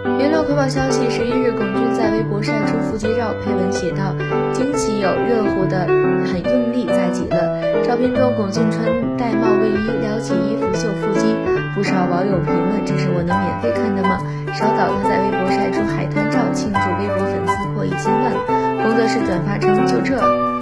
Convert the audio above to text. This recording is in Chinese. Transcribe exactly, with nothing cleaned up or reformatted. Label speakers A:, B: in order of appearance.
A: 娱乐快报消息，十一日，龚俊在微博晒出腹肌照，配文写道：“惊喜有热乎的，很用力在挤了。”照片中，龚俊穿玳瑁卫衣，撩起衣服秀腹肌，不少网友评论：“这是我能免费看的吗？”稍早，他在微博晒出海滩照，庆祝微博粉丝破一千万。龚则是转发称：“就这。”